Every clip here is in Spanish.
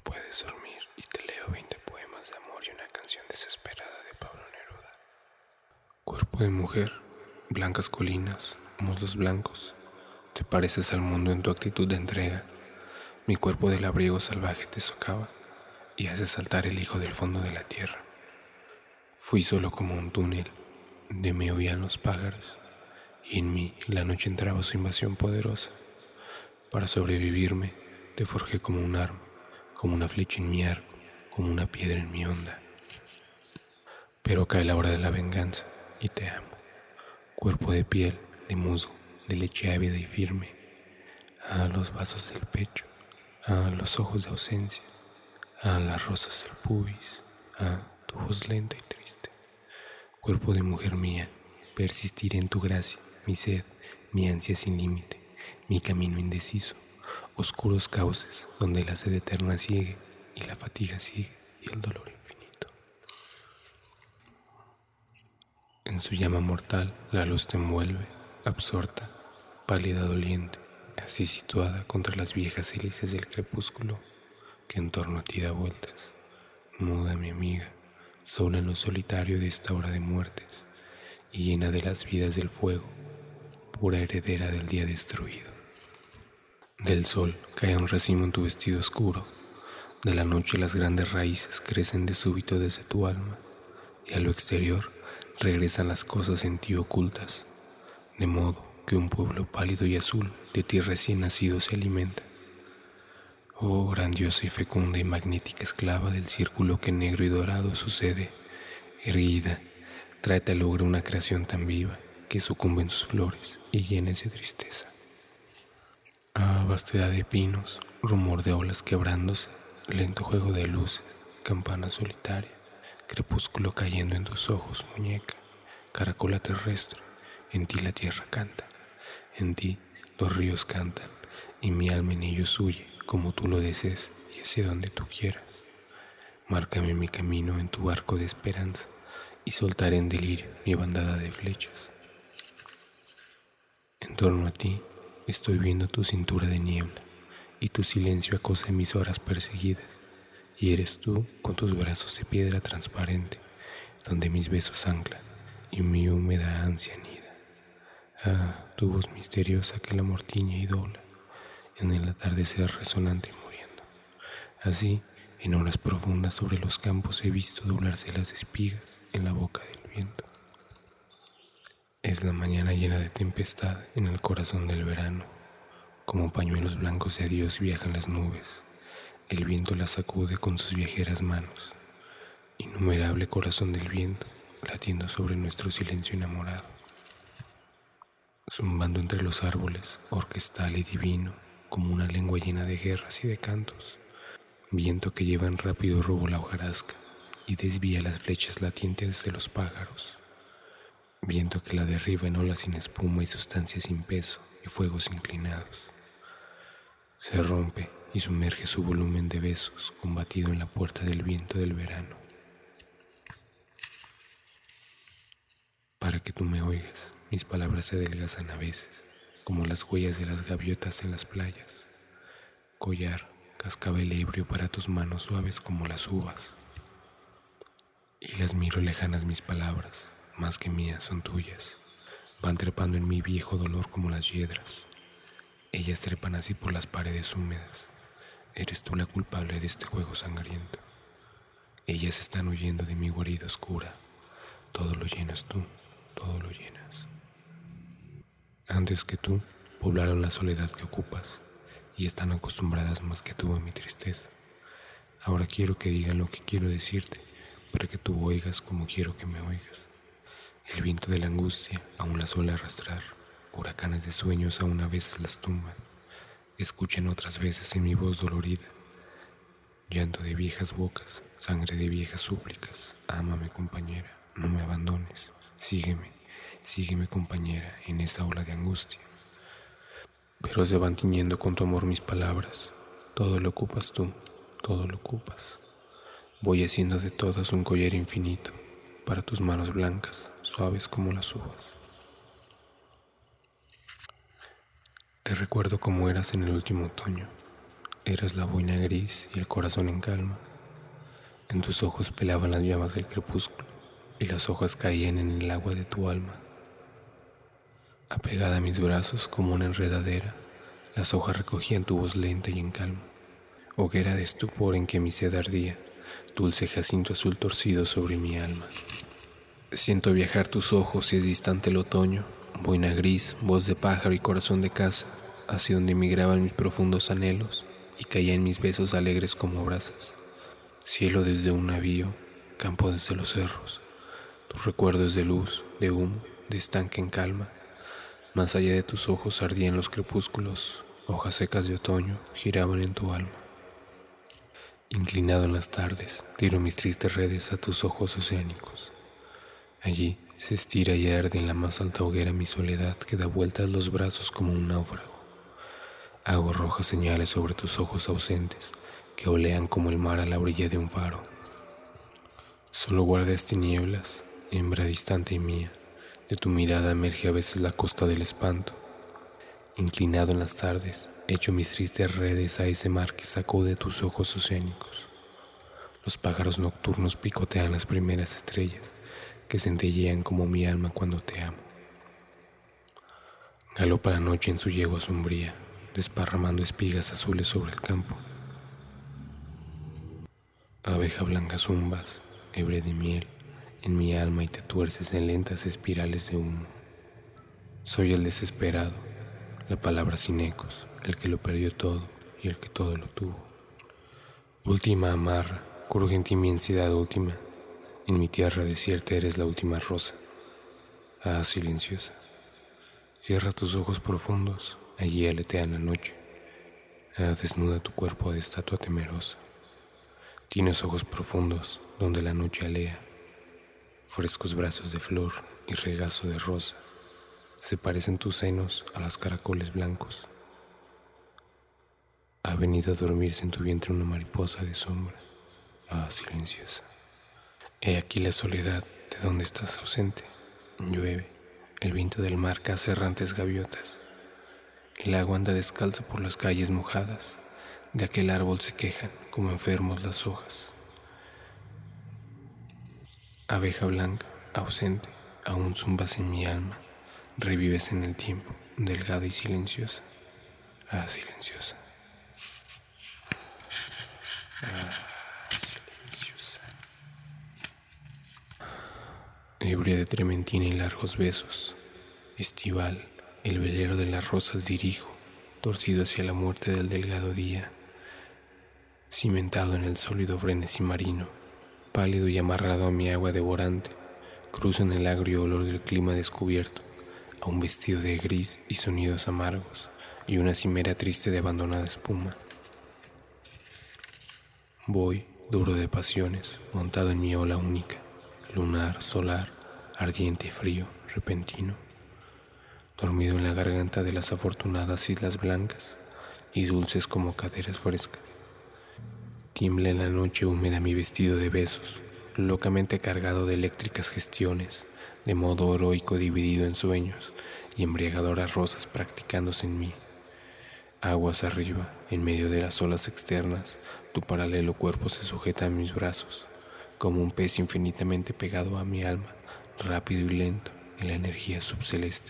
puedes dormir y te leo 20 poemas de amor y una canción desesperada de Pablo Neruda. Cuerpo de mujer, blancas colinas, muslos blancos, te pareces al mundo en tu actitud de entrega. Mi cuerpo de labriego salvaje te socava y hace saltar el hijo del fondo de la tierra. Fui solo como un túnel, de mí huían los pájaros, y en mí la noche entraba su invasión poderosa. Para sobrevivirme, te forjé como un arma, como una flecha en mi arco, como una piedra en mi onda. Pero cae la hora de la venganza, y te amo. Cuerpo de piel, de musgo, de leche ávida y firme. Los vasos del pecho, los ojos de ausencia, las rosas del pubis, tu voz lenta y triste. Cuerpo de mujer mía, persistiré en tu gracia, mi sed, mi ansia sin límite, mi camino indeciso, oscuros cauces donde la sed eterna sigue y la fatiga sigue y el dolor infinito. En su llama mortal la luz te envuelve, absorta, pálida doliente, así situada contra las viejas hélices del crepúsculo que en torno a ti da vueltas. Muda mi amiga, sola en lo solitario de esta hora de muertes y llena de las vidas del fuego, pura heredera del día destruido. Del sol cae un racimo en tu vestido oscuro, de la noche las grandes raíces crecen de súbito desde tu alma y a lo exterior regresan las cosas en ti ocultas, de modo que un pueblo pálido y azul de ti recién nacido se alimenta. Oh grandiosa y fecunda y magnética esclava del círculo que negro y dorado sucede, erguida, tráete a lograr una creación tan viva que sucumbe en sus flores y llenes de tristeza. Vastedad de pinos, rumor de olas quebrándose, lento juego de luces, campana solitaria, crepúsculo cayendo en tus ojos, muñeca, caracola terrestre, en ti la tierra canta, en ti los ríos cantan, y mi alma en ellos huye, como tú lo desees y hacia donde tú quieras. Márcame mi camino en tu arco de esperanza, y soltaré en delirio mi bandada de flechas. En torno a ti estoy viendo tu cintura de niebla, y tu silencio acosa mis horas perseguidas, y eres tú con tus brazos de piedra transparente, donde mis besos anclan y mi húmeda ansia anida. Tu voz misteriosa que la mortiña y dobla, en el atardecer resonante y muriendo. Así, en horas profundas sobre los campos he visto doblarse las espigas en la boca del viento. Es la mañana llena de tempestad en el corazón del verano. Como pañuelos blancos de adiós viajan las nubes. El viento las sacude con sus viajeras manos. Innumerable corazón del viento, latiendo sobre nuestro silencio enamorado. Zumbando entre los árboles, orquestal y divino, como una lengua llena de guerras y de cantos. Viento que lleva en rápido robo la hojarasca y desvía las flechas latientes de los pájaros. Viento que la derriba en olas sin espuma y sustancias sin peso y fuegos inclinados. Se rompe y sumerge su volumen de besos combatido en la puerta del viento del verano. Para que tú me oigas, mis palabras se adelgazan a veces, como las huellas de las gaviotas en las playas. Collar, cascabel ebrio para tus manos suaves como las uvas. Y las miro lejanas mis palabras, más que mías son tuyas. Van trepando en mi viejo dolor como las hiedras. Ellas trepan así por las paredes húmedas. Eres tú la culpable de este juego sangriento. Ellas están huyendo de mi guarida oscura. Todo lo llenas tú, todo lo llenas. Antes que tú, poblaron la soledad que ocupas y están acostumbradas más que tú a mi tristeza. Ahora quiero que digan lo que quiero decirte, para que tú oigas como quiero que me oigas. El viento de la angustia aún las suele arrastrar, huracanes de sueños aún a veces las tumban. Escuchan otras veces en mi voz dolorida, llanto de viejas bocas, sangre de viejas súplicas. Ámame, compañera, no me abandones, sígueme compañera en esa ola de angustia. Pero se van tiñendo con tu amor mis palabras, todo lo ocupas tú, todo lo ocupas. Voy haciendo de todas un collar infinito, para tus manos blancas, suaves como las uvas. Te recuerdo cómo eras en el último otoño, Eras la boina gris y el corazón en calma. En tus ojos pelaban las llamas del crepúsculo y las hojas caían en el agua de tu alma. Apegada a mis brazos como una enredadera, las hojas recogían tu voz lenta y en calma. Hoguera de estupor en que mi sed ardía, dulce jacinto azul torcido sobre mi alma. Siento viajar tus ojos si es distante el otoño, boina gris, voz de pájaro y corazón de casa, hacia donde migraban mis profundos anhelos y caían mis besos alegres como brasas. Cielo desde un navío, campo desde los cerros, tus recuerdos de luz, de humo, de estanque en calma. Más allá de tus ojos ardían los crepúsculos, hojas secas de otoño giraban en tu alma. Inclinado en las tardes, tiro mis tristes redes a tus ojos oceánicos. Allí se estira y arde en la más alta hoguera mi soledad que da vueltas los brazos como un náufrago. Hago rojas señales sobre tus ojos ausentes que olean como el mar a la orilla de un faro. Solo guardas tinieblas, hembra distante y mía, de tu mirada emerge a veces la costa del espanto. Inclinado en las tardes, echo mis tristes redes a ese mar que sacó de tus ojos oceánicos. Los pájaros nocturnos picotean las primeras estrellas que centellean como mi alma cuando te amo. Galopa la noche en su yegua sombría, desparramando espigas azules sobre el campo. Abeja blanca zumbas, hebra de miel, en mi alma y te tuerces en lentas espirales de humo. Soy el desesperado, la palabra sin ecos, el que lo perdió todo y el que todo lo tuvo. Última amarra, cruje en ti mi ansiedad última. En mi tierra desierta eres la última rosa. Ah, silenciosa. Cierra tus ojos profundos, allí aletea la noche. Ah, desnuda tu cuerpo de estatua temerosa. Tienes ojos profundos donde la noche alea, frescos brazos de flor y regazo de rosa. Se parecen tus senos a los caracoles blancos. Ha venido a dormirse en tu vientre una mariposa de sombra. Ah, silenciosa. He aquí la soledad de donde estás ausente. Llueve, el viento del mar caza errantes gaviotas. El agua anda descalza por las calles mojadas. De aquel árbol se quejan como enfermos las hojas. Abeja blanca, ausente, aún zumbas en mi alma. Revives en el tiempo, delgada y silenciosa. Ah, silenciosa. Ah, silenciosa. Ebria de trementina y largos besos. Estival, el velero de las rosas dirijo, torcido hacia la muerte del delgado día. Cimentado en el sólido frenesí marino, pálido y amarrado a mi agua devorante, cruzo en el agrio olor del clima descubierto, a un vestido de gris y sonidos amargos, y una cimera triste de abandonada espuma. Voy, duro de pasiones, montado en mi ola única, lunar, solar, ardiente y frío, repentino, dormido en la garganta de las afortunadas islas blancas y dulces como caderas frescas. Tiembla en la noche húmeda mi vestido de besos, locamente cargado de eléctricas gestiones, de modo heroico dividido en sueños y embriagadoras rosas practicándose en mí. Aguas arriba, en medio de las olas externas, tu paralelo cuerpo se sujeta a mis brazos, como un pez infinitamente pegado a mi alma, rápido y lento en la energía subceleste.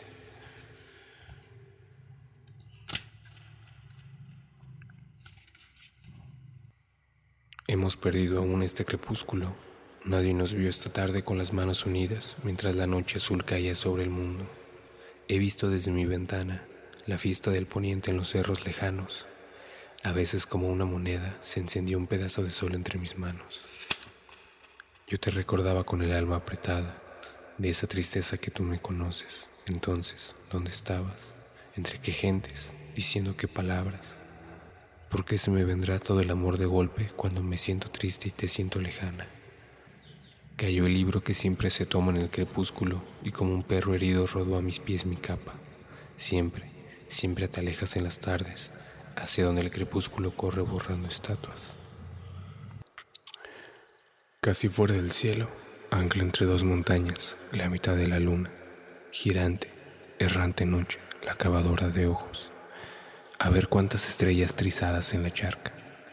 Hemos perdido aún este crepúsculo. Nadie nos vio esta tarde con las manos unidas mientras la noche azul caía sobre el mundo. He visto desde mi ventana la fiesta del poniente en los cerros lejanos. A veces como una moneda se encendió un pedazo de sol entre mis manos. Yo te recordaba con el alma apretada de esa tristeza que tú me conoces. Entonces, ¿dónde estabas? ¿Entre qué gentes? ¿Diciendo qué palabras? ¿Por qué se me vendrá todo el amor de golpe cuando me siento triste y te siento lejana? Cayó el libro que siempre se toma en el crepúsculo y como un perro herido rodó a mis pies mi capa. Siempre, siempre te alejas en las tardes, hacia donde el crepúsculo corre borrando estatuas. Casi fuera del cielo, ancla entre dos montañas, la mitad de la luna, girante, errante noche, la cavadora de ojos. a ver cuántas estrellas trizadas en la charca.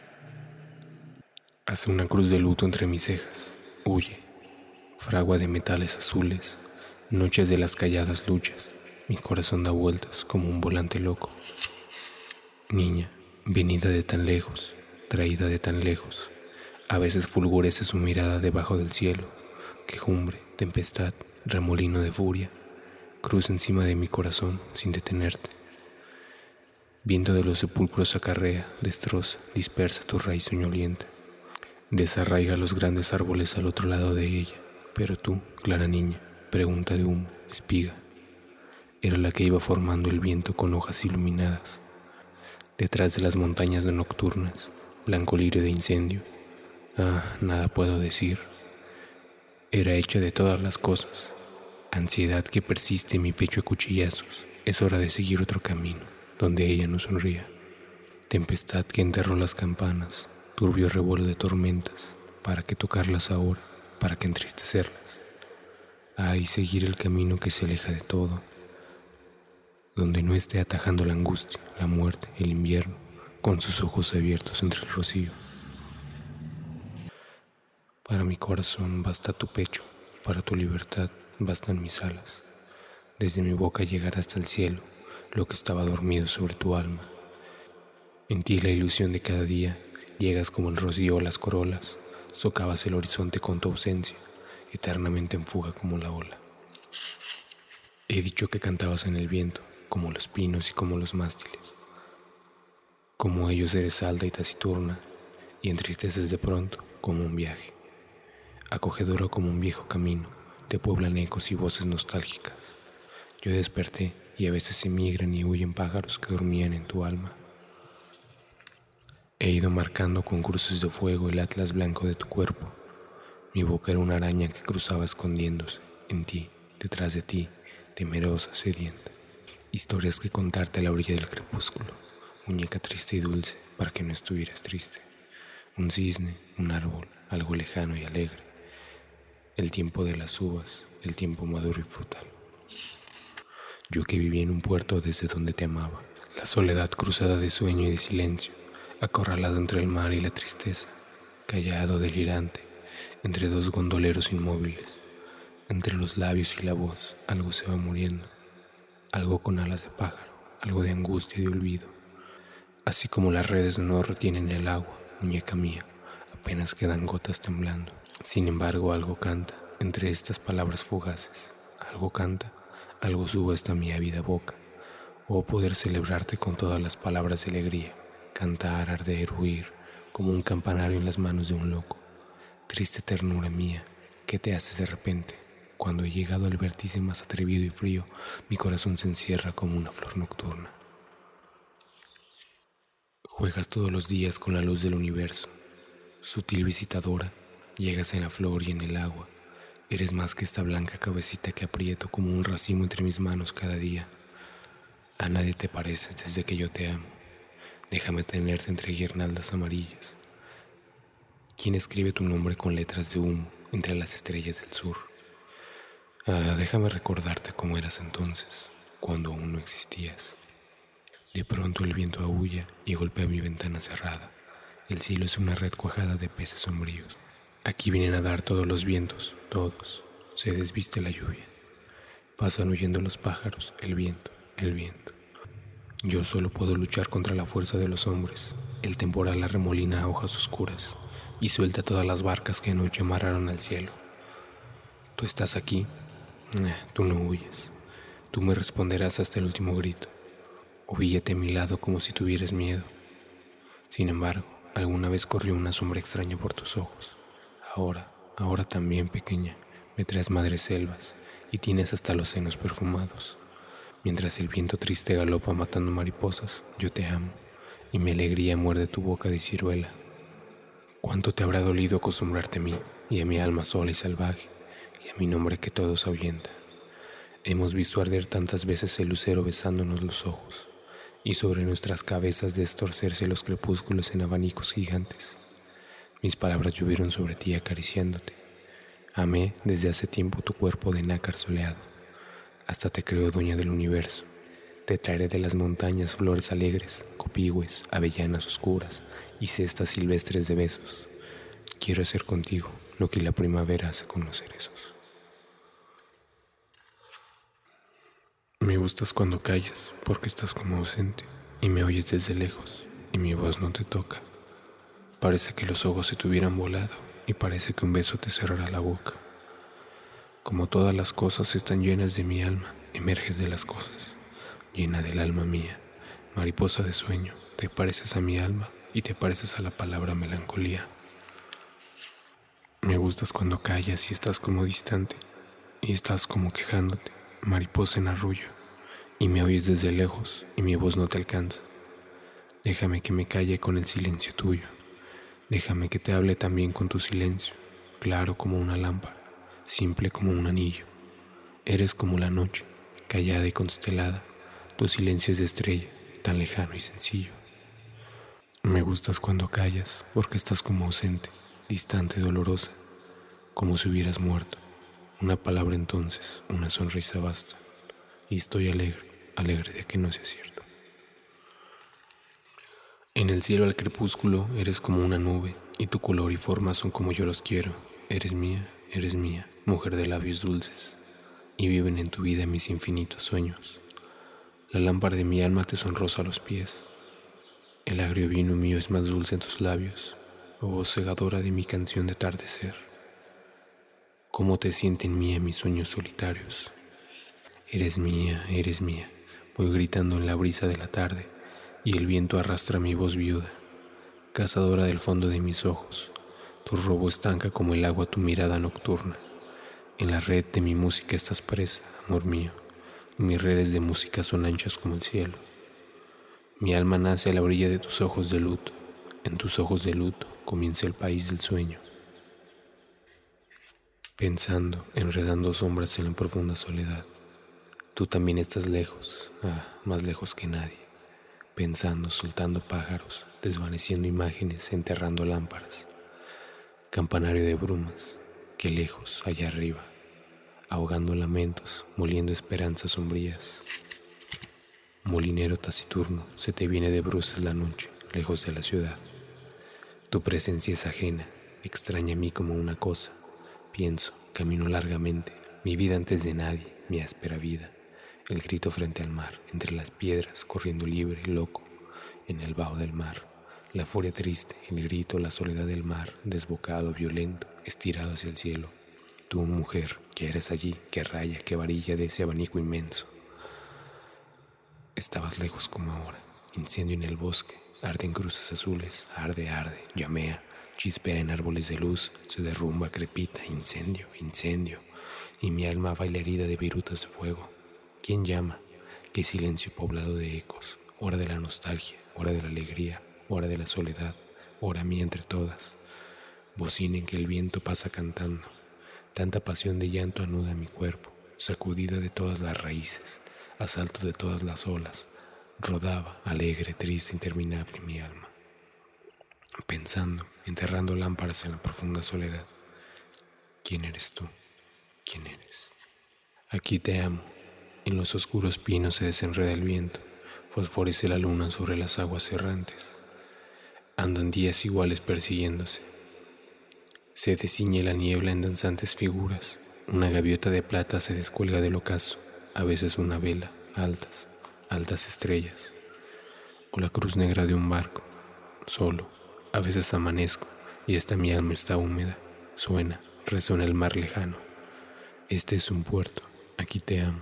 Hace una cruz de luto entre mis cejas, huye, fragua de metales azules, noches de las calladas luchas, mi corazón da vueltas como un volante loco. Niña, venida de tan lejos, traída de tan lejos, a veces fulgurece su mirada debajo del cielo, quejumbre, tempestad, remolino de furia, cruza encima de mi corazón sin detenerte. Viento de los sepulcros acarrea, destroza, dispersa tu raíz soñolienta, desarraiga los grandes árboles al otro lado de ella, pero tú, clara niña, pregunta de humo, espiga, era la que iba formando el viento con hojas iluminadas, detrás de las montañas nocturnas, blanco lirio de incendio. Nada puedo decir. Era hecha de todas las cosas. Ansiedad que persiste en mi pecho a cuchillazos. Es hora de seguir otro camino, donde ella no sonría. Tempestad que enterró las campanas, turbio revuelo de tormentas. ¿Para qué tocarlas ahora? ¿Para qué entristecerlas? Seguir el camino que se aleja de todo, donde no esté atajando la angustia, la muerte, el invierno, con sus ojos abiertos entre el rocío. Para mi corazón basta tu pecho, para tu libertad bastan mis alas. Desde mi boca llegará hasta el cielo lo que estaba dormido sobre tu alma. En ti la ilusión de cada día, llegas como el rocío a las corolas, socavas el horizonte con tu ausencia, eternamente en fuga como la ola. He dicho que cantabas en el viento, como los pinos y como los mástiles. Como ellos eres alta y taciturna, y entristeces de pronto como un viaje. Acogedora como un viejo camino, te pueblan ecos y voces nostálgicas. Yo desperté y a veces emigran y huyen pájaros que dormían en tu alma. He ido marcando con cruces de fuego el atlas blanco de tu cuerpo. Mi boca era una araña que cruzaba escondiéndose en ti, detrás de ti, temerosa, sedienta. Historias que contarte a la orilla del crepúsculo, muñeca triste y dulce para que no estuvieras triste. Un cisne, un árbol, algo lejano y alegre. El tiempo de las uvas, el tiempo maduro y frutal. Yo que vivía en un puerto desde donde te amaba, la soledad cruzada de sueño y de silencio, acorralado entre el mar y la tristeza, callado, delirante, entre dos gondoleros inmóviles, entre los labios y la voz, algo se va muriendo, algo con alas de pájaro, algo de angustia y de olvido. Así como las redes no retienen el agua, muñeca mía, apenas quedan gotas temblando. Sin embargo, algo canta entre estas palabras fugaces. Algo canta, algo sube hasta mi ávida boca. Oh, poder celebrarte con todas las palabras de alegría. Cantar, arder, huir, como un campanario en las manos de un loco. Triste ternura mía, ¿qué te haces de repente? Cuando he llegado al vértice más atrevido y frío, mi corazón se encierra como una flor nocturna. Juegas todos los días con la luz del universo. Sutil visitadora, llegas en la flor y en el agua. Eres más que esta blanca cabecita que aprieto como un racimo entre mis manos cada día. A nadie te pareces desde que yo te amo. Déjame tenerte entre guirnaldas amarillas. ¿Quién escribe tu nombre con letras de humo entre las estrellas del sur? Déjame recordarte cómo eras entonces, cuando aún no existías. De pronto el viento aúlla y golpea mi ventana cerrada. El cielo es una red cuajada de peces sombríos. Aquí vienen a dar todos los vientos, todos. Se desviste la lluvia. Pasan huyendo los pájaros, el viento, el viento. Yo solo puedo luchar contra la fuerza de los hombres. El temporal arremolina a hojas oscuras y suelta todas las barcas que anoche amarraron al cielo. Tú estás aquí. Tú no huyes. Tú me responderás hasta el último grito. Ovíllate a mi lado como si tuvieras miedo. Sin embargo, alguna vez corrió una sombra extraña por tus ojos. Ahora también, pequeña, me traes madreselvas y tienes hasta los senos perfumados. Mientras el viento triste galopa matando mariposas, yo te amo y mi alegría muerde tu boca de ciruela. ¿Cuánto te habrá dolido acostumbrarte a mí y a mi alma sola y salvaje y a mi nombre que todos ahuyenta? Hemos visto arder tantas veces el lucero besándonos los ojos y sobre nuestras cabezas destorcerse los crepúsculos en abanicos gigantes. Mis palabras llovieron sobre ti acariciándote. Amé desde hace tiempo tu cuerpo de nácar soleado. Hasta te creo dueña del universo. Te traeré de las montañas flores alegres, copigües, avellanas oscuras y cestas silvestres de besos. Quiero hacer contigo lo que la primavera hace con los cerezos. Me gustas cuando callas, porque estás como ausente y me oyes desde lejos y mi voz no te toca. Parece que los ojos se te hubieran volado y parece que un beso te cerrará la boca. Como todas las cosas están llenas de mi alma, emerges de las cosas, llena del alma mía, mariposa de sueño, te pareces a mi alma y te pareces a la palabra melancolía. Me gustas cuando callas y estás como distante y estás como quejándote, mariposa en arrullo, y me oyes desde lejos y mi voz no te alcanza. Déjame que me calle con el silencio tuyo, déjame que te hable también con tu silencio, claro como una lámpara, simple como un anillo. Eres como la noche, callada y constelada, tu silencio es de estrella, tan lejano y sencillo. Me gustas cuando callas, porque estás como ausente, distante, dolorosa, como si hubieras muerto. Una palabra entonces, una sonrisa basta, y estoy alegre, alegre de que no sea cierto. En el cielo al crepúsculo eres como una nube, y tu color y forma son como yo los quiero. Eres mía, mujer de labios dulces, y viven en tu vida mis infinitos sueños. La lámpara de mi alma te sonrosa a los pies. El agrio vino mío es más dulce en tus labios, oh voz segadora de mi canción de atardecer. ¿Cómo te sienten mía mis sueños solitarios? Eres mía, voy gritando en la brisa de la tarde, y el viento arrastra mi voz viuda, cazadora del fondo de mis ojos. Tu robo estanca como el agua tu mirada nocturna. En la red de mi música estás presa, amor mío, y mis redes de música son anchas como el cielo. Mi alma nace a la orilla de tus ojos de luto, en tus ojos de luto comienza el país del sueño. Pensando, enredando sombras en la profunda soledad, tú también estás lejos, más lejos que nadie, pensando, soltando pájaros, desvaneciendo imágenes, enterrando lámparas. Campanario de brumas, que lejos, allá arriba, ahogando lamentos, moliendo esperanzas sombrías. Molinero taciturno, se te viene de bruces la noche, lejos de la ciudad. Tu presencia es ajena, extraña a mí como una cosa. Pienso, camino largamente, mi vida antes de nadie, mi áspera vida. El grito frente al mar, entre las piedras, corriendo libre, loco, en el vaho del mar. La furia triste, el grito, la soledad del mar, desbocado, violento, estirado hacia el cielo. Tú, mujer, que eres allí, que raya, que varilla de ese abanico inmenso. Estabas lejos como ahora, incendio en el bosque, arde en cruces azules, arde, llamea, chispea en árboles de luz, se derrumba, crepita, incendio, y mi alma baila herida de virutas de fuego. ¿Quién llama? Qué silencio poblado de ecos, hora de la nostalgia, hora de la alegría, hora de la soledad, hora mía entre todas. Bocina en que el viento pasa cantando, tanta pasión de llanto anuda mi cuerpo, sacudida de todas las raíces, asalto de todas las olas, rodaba, alegre, triste, interminable mi alma. Pensando, enterrando lámparas en la profunda soledad. ¿Quién eres tú? ¿Quién eres? Aquí te amo. En los oscuros pinos se desenreda el viento, fosforece la luna sobre las aguas errantes. Andan días iguales persiguiéndose. Se desciñe la niebla en danzantes figuras. Una gaviota de plata se descuelga del ocaso, a veces una vela, altas estrellas, o la cruz negra de un barco, solo. A veces amanezco y esta mi alma está húmeda, resuena el mar lejano. Este es un puerto, aquí te amo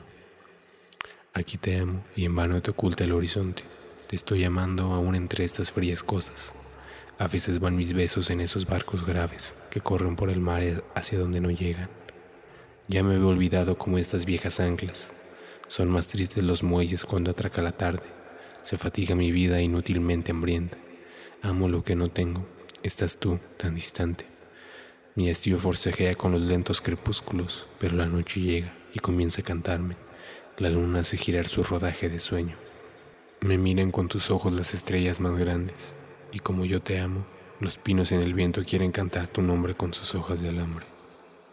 y en vano te oculta el horizonte. Te estoy amando aún entre estas frías cosas. A veces van mis besos en esos barcos graves que corren por el mar hacia donde no llegan. Ya me he olvidado como estas viejas anclas. Son más tristes los muelles cuando atraca la tarde. Se fatiga mi vida inútilmente hambrienta. Amo lo que no tengo. Estás tú, tan distante. Mi hastío forcejea con los lentos crepúsculos, pero la noche llega y comienza a cantarme. La luna hace girar su rodaje de sueño. Me miran con tus ojos las estrellas más grandes, y como yo te amo, los pinos en el viento quieren cantar tu nombre con sus hojas de alambre.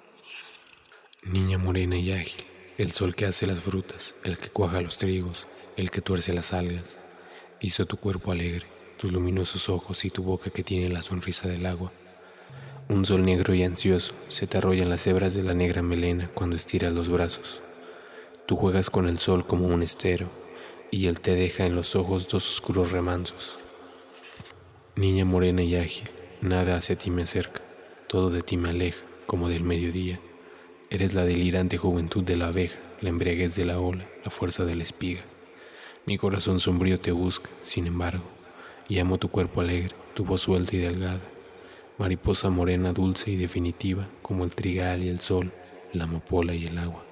Niña morena y ágil, el sol que hace las frutas, el que cuaja los trigos, el que tuerce las algas, hizo tu cuerpo alegre, tus luminosos ojos y tu boca que tiene la sonrisa del agua. Un sol negro y ansioso se te arrollan las hebras de la negra melena cuando estiras los brazos. Tú juegas con el sol como un estero, y él te deja en los ojos dos oscuros remansos. Niña morena y ágil, nada hacia ti me acerca, todo de ti me aleja, como del mediodía. Eres la delirante juventud de la abeja, la embriaguez de la ola, la fuerza de la espiga. Mi corazón sombrío te busca, sin embargo, y amo tu cuerpo alegre, tu voz suelta y delgada. Mariposa morena, dulce y definitiva, como el trigal y el sol, la amapola y el agua.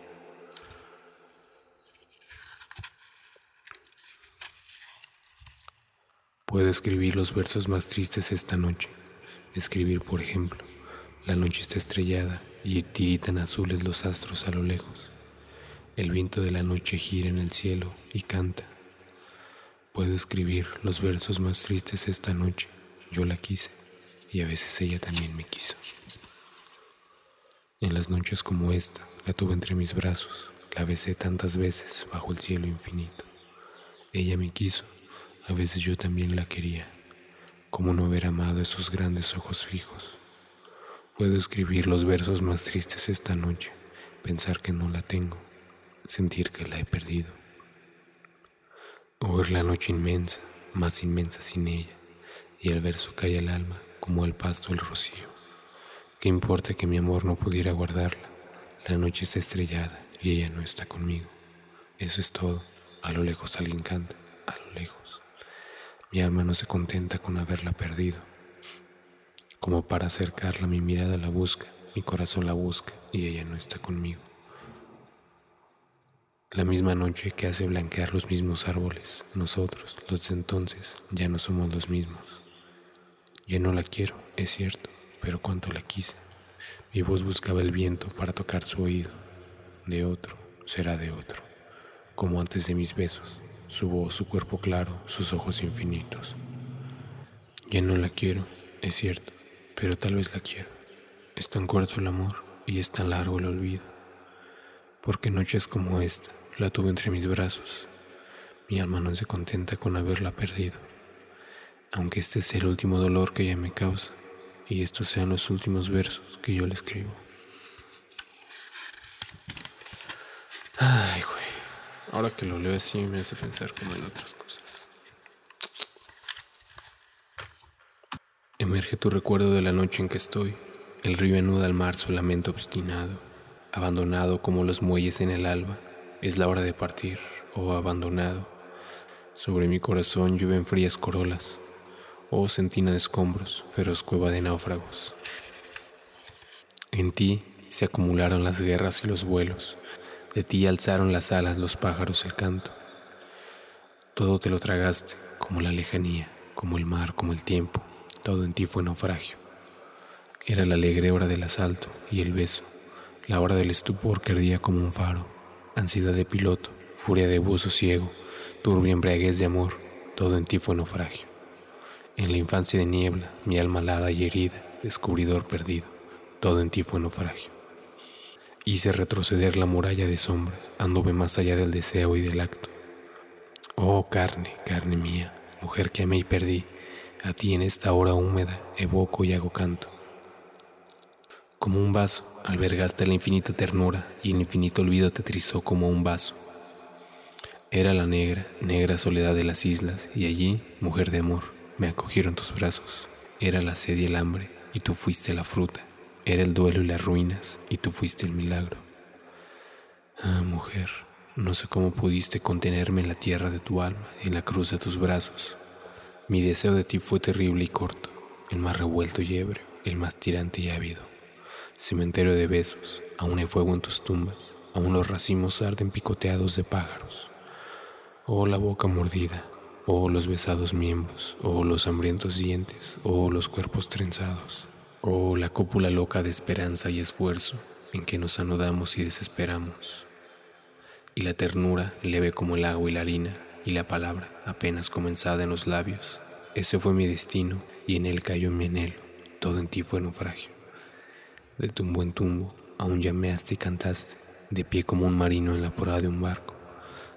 Puedo escribir los versos más tristes esta noche. Escribir, por ejemplo, la noche está estrellada y tiritan azules los astros a lo lejos. El viento de la noche gira en el cielo y canta. Puedo escribir los versos más tristes esta noche. Yo la quise y a veces ella también me quiso. En las noches como esta, la tuve entre mis brazos, la besé tantas veces bajo el cielo infinito. Ella me quiso, a veces yo también la quería. ¿Cómo no haber amado esos grandes ojos fijos? Puedo escribir los versos más tristes esta noche, pensar que no la tengo, sentir que la he perdido. O ver la noche inmensa, más inmensa sin ella, y el verso cae al alma como al pasto el rocío. ¿Qué importa que mi amor no pudiera guardarla? La noche está estrellada y ella no está conmigo. Eso es todo. A lo lejos alguien canta, a lo lejos. Mi alma no se contenta con haberla perdido. Como para acercarla, mi mirada la busca, mi corazón la busca y ella no está conmigo. La misma noche que hace blanquear los mismos árboles, nosotros, los de entonces, ya no somos los mismos. Ya no la quiero, es cierto, pero cuánto la quise. Mi voz buscaba el viento para tocar su oído. De otro, será de otro, como antes de mis besos. Su voz, su cuerpo claro, sus ojos infinitos. Ya no la quiero, es cierto, pero tal vez la quiero. Es tan corto el amor y es tan largo el olvido. Porque noches como esta la tuve entre mis brazos. Mi alma no se contenta con haberla perdido. Aunque este sea el último dolor que ella me causa y estos sean los últimos versos que yo le escribo. Ay, güey. Ahora que lo leo así me hace pensar como en otras cosas. Emerge tu recuerdo de la noche en que estoy. El río anuda al mar su lamento obstinado. Abandonado como los muelles en el alba. Es la hora de partir, oh abandonado. Sobre mi corazón llueven frías corolas. Oh sentina de escombros, feroz cueva de náufragos. En ti se acumularon las guerras y los vuelos. De ti alzaron las alas los pájaros el canto. Todo te lo tragaste, como la lejanía, como el mar, como el tiempo. Todo en ti fue naufragio. Era la alegre hora del asalto y el beso, la hora del estupor que ardía como un faro. Ansiedad de piloto, furia de buzo ciego, turbia embriaguez de amor. Todo en ti fue naufragio. En la infancia de niebla, mi alma alada y herida, descubridor perdido. Todo en ti fue naufragio. Hice retroceder la muralla de sombras, anduve más allá del deseo y del acto. Oh carne, carne mía, mujer que amé y perdí, a ti en esta hora húmeda evoco y hago canto. Como un vaso, albergaste la infinita ternura y el infinito olvido te trizó como un vaso. Era la negra, negra soledad de las islas y allí, mujer de amor, me acogieron tus brazos. Era la sed y el hambre y tú fuiste la fruta. Era el duelo y las ruinas, y tú fuiste el milagro. Ah, mujer, no sé cómo pudiste contenerme en la tierra de tu alma, en la cruz de tus brazos. Mi deseo de ti fue terrible y corto, el más revuelto y ebrio, el más tirante y ávido. Cementerio de besos, aún hay fuego en tus tumbas, aún los racimos arden picoteados de pájaros. Oh, la boca mordida, oh, los besados miembros, oh, los hambrientos dientes, oh, los cuerpos trenzados. Oh, la cópula loca de esperanza y esfuerzo en que nos anudamos y desesperamos. Y la ternura, leve como el agua y la harina, y la palabra, apenas comenzada en los labios. Ese fue mi destino, y en él cayó mi anhelo. Todo en ti fue naufragio. De tumbo en tumbo, aún llameaste y cantaste, de pie como un marino en la proa de un barco.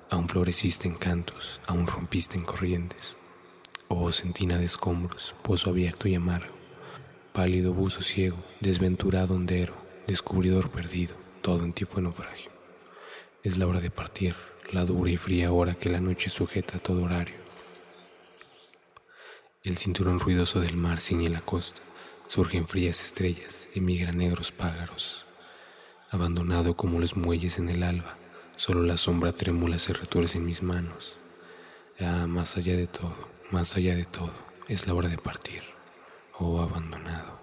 Aún floreciste en cantos, aún rompiste en corrientes. Oh sentina de escombros, pozo abierto y amargo, pálido buzo ciego, desventurado hondero, descubridor perdido, todo en ti fue naufragio. Es la hora de partir, la dura y fría hora que la noche sujeta a todo horario. El cinturón ruidoso del mar ciñe la costa, surgen frías estrellas, emigran negros pájaros. Abandonado como los muelles en el alba, solo la sombra trémula se retuerce en mis manos. Más allá de todo, es la hora de partir, oh abandonado.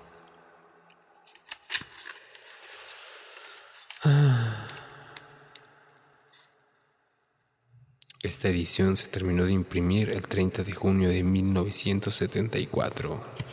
Esta edición se terminó de imprimir el 30 de junio de 1974.